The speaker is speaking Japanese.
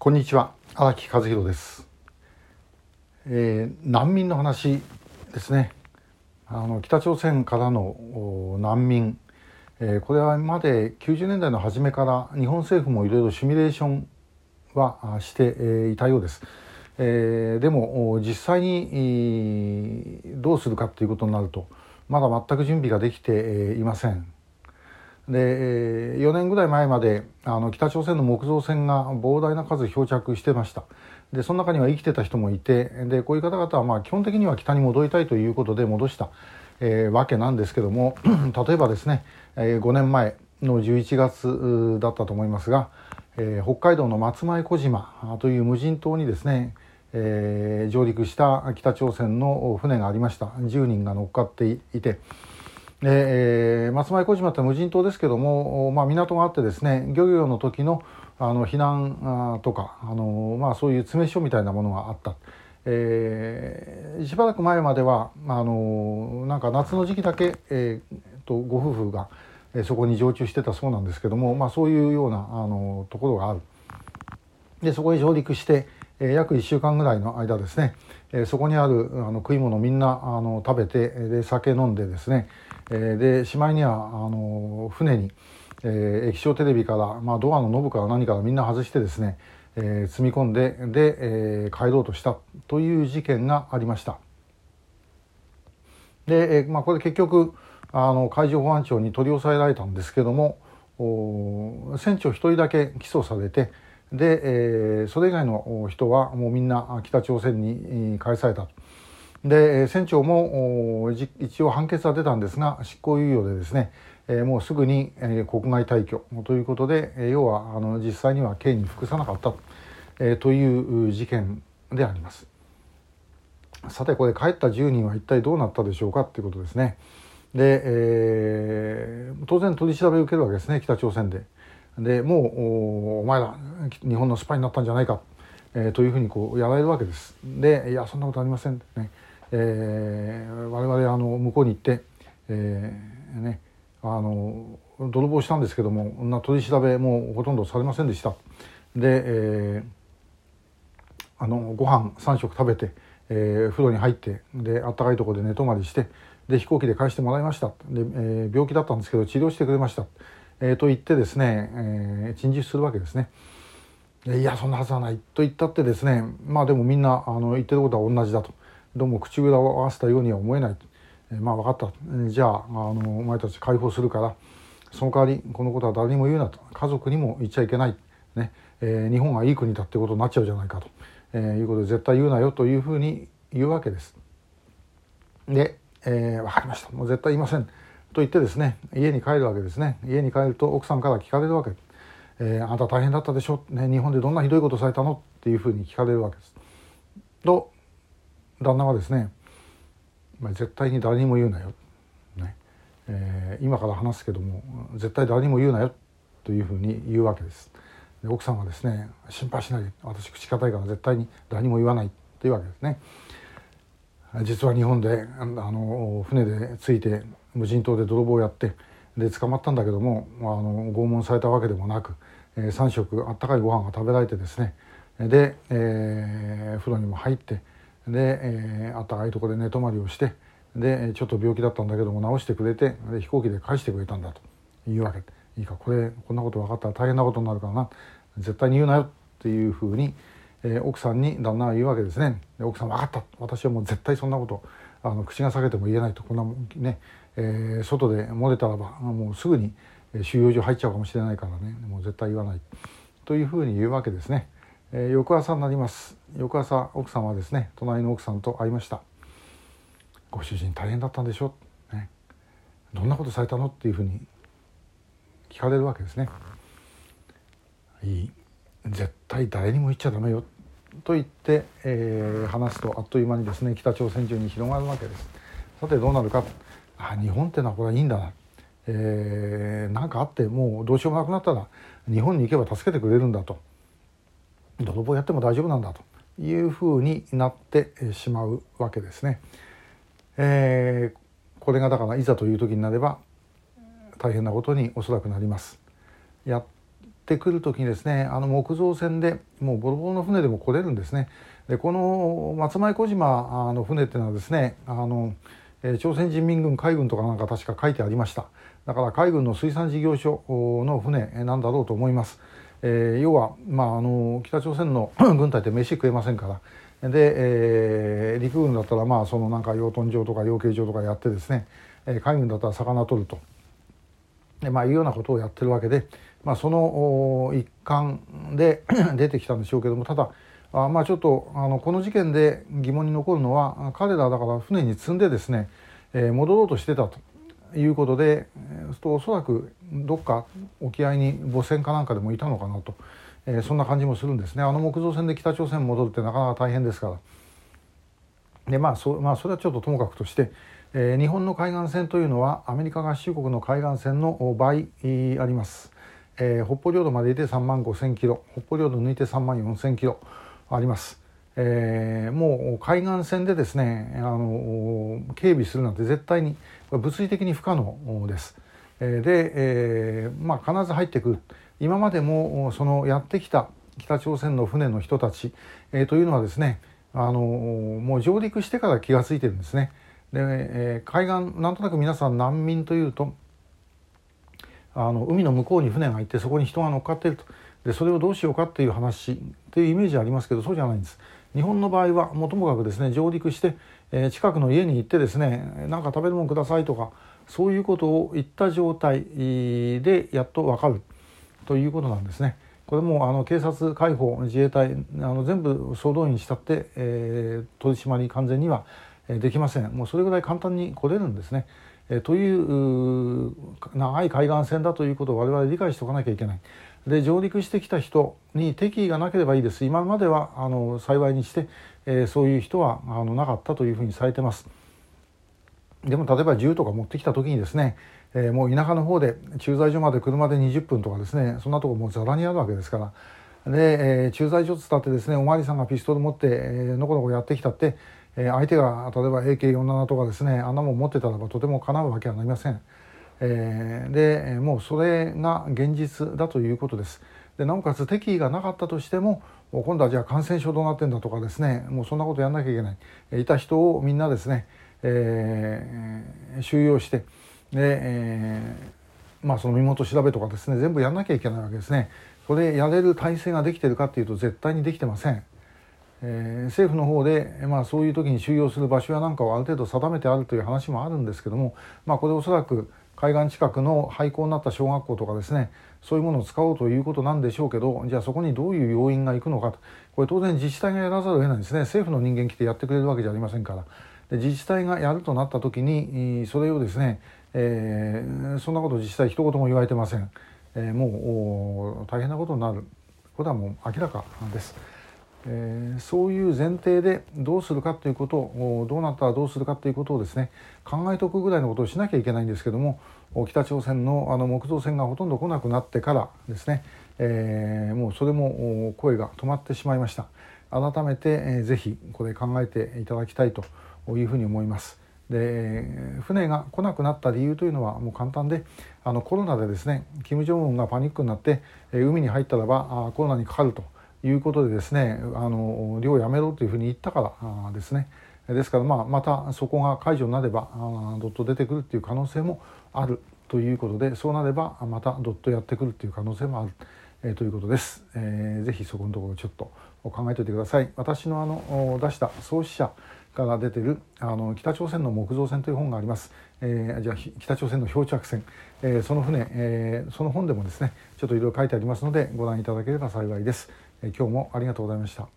こんにちは、荒木和弘です。難民の話ですね。北朝鮮からの難民、これは今まで90年代の初めから日本政府もいろいろシミュレーションはしていたようです。でも実際にどうするかということになるとまだ全く準備ができていません。で4年ぐらい前まで北朝鮮の木造船が膨大な数漂着してました。でその中には生きてた人もいて、でこういう方々は基本的には北に戻りたいということで戻した、わけなんですけども例えばですね、5年前の11月だったと思いますが、北海道の松前小島という無人島にですね、上陸した北朝鮮の船がありました。10人が乗っかっていて、松前小島って無人島ですけども、港があってですね、漁業の時の避難とかそういう詰め所みたいなものがあった。しばらく前まではなんか夏の時期だけ、ご夫婦がそこに常駐してたそうなんですけども、そういうようなところがある。でそこへ上陸して約1週間ぐらいの間ですね、そこにある食い物みんな食べて、で酒飲んでですね、でしまいには船に、液晶テレビから、ドアのノブから何からみんな外してですね、積み込んで帰ろうとしたという事件がありました。で、これ結局海上保安庁に取り押さえられたんですけども、船長一人だけ起訴されて、で、それ以外の人はもうみんな北朝鮮に返された。で船長も一応判決は出たんですが、執行猶予でですね、もうすぐに国外退去ということで、要は実際には刑に服さなかったという事件であります。さてこれ帰った10人は一体どうなったでしょうかということですね。で、当然取り調べを受けるわけですね、北朝鮮で。でもうお前ら日本のスパイになったんじゃないか、というふうにやられるわけです。でいやそんなことありませんね。我々向こうに行って、泥棒したんですけども取り調べもほとんどされませんでした。で、ご飯3食食べて、風呂に入ってで暖かいところで寝泊まりしてで飛行機で返してもらいました。で、病気だったんですけど治療してくれました、と言ってですね、陳述するわけですね。いやそんなはずはないと言ったってですね、でもみんな言ってることは同じだと、どうも口裏を合わせたようには思えない。分かった、じゃあお前たち解放するからその代わりこのことは誰にも言うなと、家族にも言っちゃいけない、ね、日本がいい国だってことになっちゃうじゃないかと、いうことで絶対言うなよというふうに言うわけです。で、分かりました、もう絶対言いませんと言ってですね、家に帰るわけですね。家に帰ると奥さんから聞かれるわけ。あなた大変だったでしょ、日本でどんなひどいことされたのっていうふうに聞かれるわけです。と旦那はですね、絶対に誰にも言うなよ、今から話すけども絶対誰にも言うなよというふうに言うわけです。で奥さんはですね、心配しないで、私口堅いから絶対に誰にも言わないというわけですね。実は日本で船で着いて無人島で泥棒をやってで捕まったんだけども、拷問されたわけでもなく、3食あったかいご飯が食べられてですね、で、風呂にも入ってで、あったかいところで寝泊まりをしてでちょっと病気だったんだけども治してくれてで飛行機で返してくれたんだというわけ。いいか、こんなこと分かったら大変なことになるからな、絶対に言うなよっていうふうに、奥さんに旦那は言うわけですね。で奥さん分かった、私はもう絶対そんなこと口が裂けても言えないと、こんなね、外で漏れたらばもうすぐに収容所入っちゃうかもしれないからね、もう絶対言わないというふうに言うわけですね。翌朝になります。翌朝奥さんはですね、隣の奥さんと会いました。ご主人大変だったんでしょ、どんなことされたのっていうふうに聞かれるわけですね。絶対誰にも言っちゃダメよと言って、話すとあっという間にですね北朝鮮中に広がるわけです。さてどうなるか、日本ってのはこれはいいんだな、何かあってもうどうしようもなくなったら日本に行けば助けてくれるんだと、泥棒やっても大丈夫なんだというふうになってしまうわけですね。これがだからいざという時になれば大変なことにおそらくなります。やっってくるときにですね、木造船でもうボロボロの船でも来れるんですね。でこの松前小島の船っていうのはですね、朝鮮人民軍海軍とかなんか確か書いてありました。だから海軍の水産事業所の船なんだろうと思います。要は、北朝鮮の軍隊って飯食えませんからで、陸軍だったらそのなんか養豚場とか養鶏場とかやってですね、海軍だったら魚取るというようなことをやってるわけで、その一環で出てきたんでしょうけども、ただちょっとこの事件で疑問に残るのは、彼らだから船に積んでですね、戻ろうとしてたということで、おそらくどっか沖合に母船かなんかでもいたのかなと、そんな感じもするんですね。木造船で北朝鮮に戻るってなかなか大変ですから。でそれはちょっとともかくとして、日本の海岸線というのはアメリカ合衆国の海岸線の倍あります。北方領土までいて3万5,000キロ、北方領土抜いて3万4,000キロあります。もう海岸線でですね、警備するなんて絶対に物理的に不可能です。で、必ず入ってくる。今までもそのやってきた北朝鮮の船の人たち、というのはですね、もう上陸してから気がついてるんですね。で、海岸なんとなく皆さん難民というと海の向こうに船がいてそこに人が乗っかっていると。でそれをどうしようかっていう話っていうイメージありますけど、そうじゃないんです。日本の場合はともかくですね、上陸して、近くの家に行ってですね、何か食べるものくださいとかそういうことを言った状態でやっと分かるということなんですね。これも警察、海保、自衛隊全部総動員したって、取り締まり完全にはできません。もうそれぐらい簡単に来れるんですね。という長い海岸線だということを我々理解しておかなきゃいけない。で上陸してきた人に敵意がなければいいです。今までは幸いにして、そういう人はなかったというふうにされてます。でも例えば銃とか持ってきた時にですね、もう田舎の方で駐在所まで車で20分とかですね、そんなとこもうざらにあるわけですから。で、駐在所つったってですね、お巡りさんがピストル持って、のこのこやってきたって、相手が例えば AK47 とかですね、あんなもん持ってたらばとてもかなうわけはなりません。でもうそれが現実だということです。でなおかつ敵意がなかったとしても、今度はじゃあ感染症どうなってんだとかですね、もうそんなことやんなきゃいけない。いた人をみんなですね、収容してで、その身元調べとかですね、全部やんなきゃいけないわけですね。それやれる体制ができているかというと絶対にできてません。政府の方で、そういう時に収容する場所やなんかをある程度定めてあるという話もあるんですけども、これおそらく海岸近くの廃校になった小学校とかですね、そういうものを使おうということなんでしょうけど、じゃあそこにどういう要員が行くのかと。これ当然自治体がやらざるを得ないんですね。政府の人間来てやってくれるわけじゃありませんから。で自治体がやるとなった時にそれをですね、そんなこと自治体一言も言われてません。もう大変なことになる。これはもう明らかです。そういう前提でどうするかということを、どうなったらどうするかということをですね、考えておくぐらいのことをしなきゃいけないんですけども、北朝鮮の木造船がほとんど来なくなってからですね、もうそれも声が止まってしまいました。改めて、ぜひこれ考えていただきたいというふうに思います。で船が来なくなった理由というのはもう簡単で、コロナでですね、金正恩がパニックになって海に入ったらばコロナにかかるということでですね、漁をやめろというふうに言ったからですね。ですからまたそこが解除になればどっと出てくるという可能性もあるということで、そうなればまたどっとやってくるという可能性もある、ということです。ぜひそこのところちょっと考えておいてください。私の出した創始者から出ている北朝鮮の木造船という本があります。じゃあ北朝鮮の漂着船、その船、その本でもですねちょっといろいろ書いてありますのでご覧いただければ幸いです。今日もありがとうございました。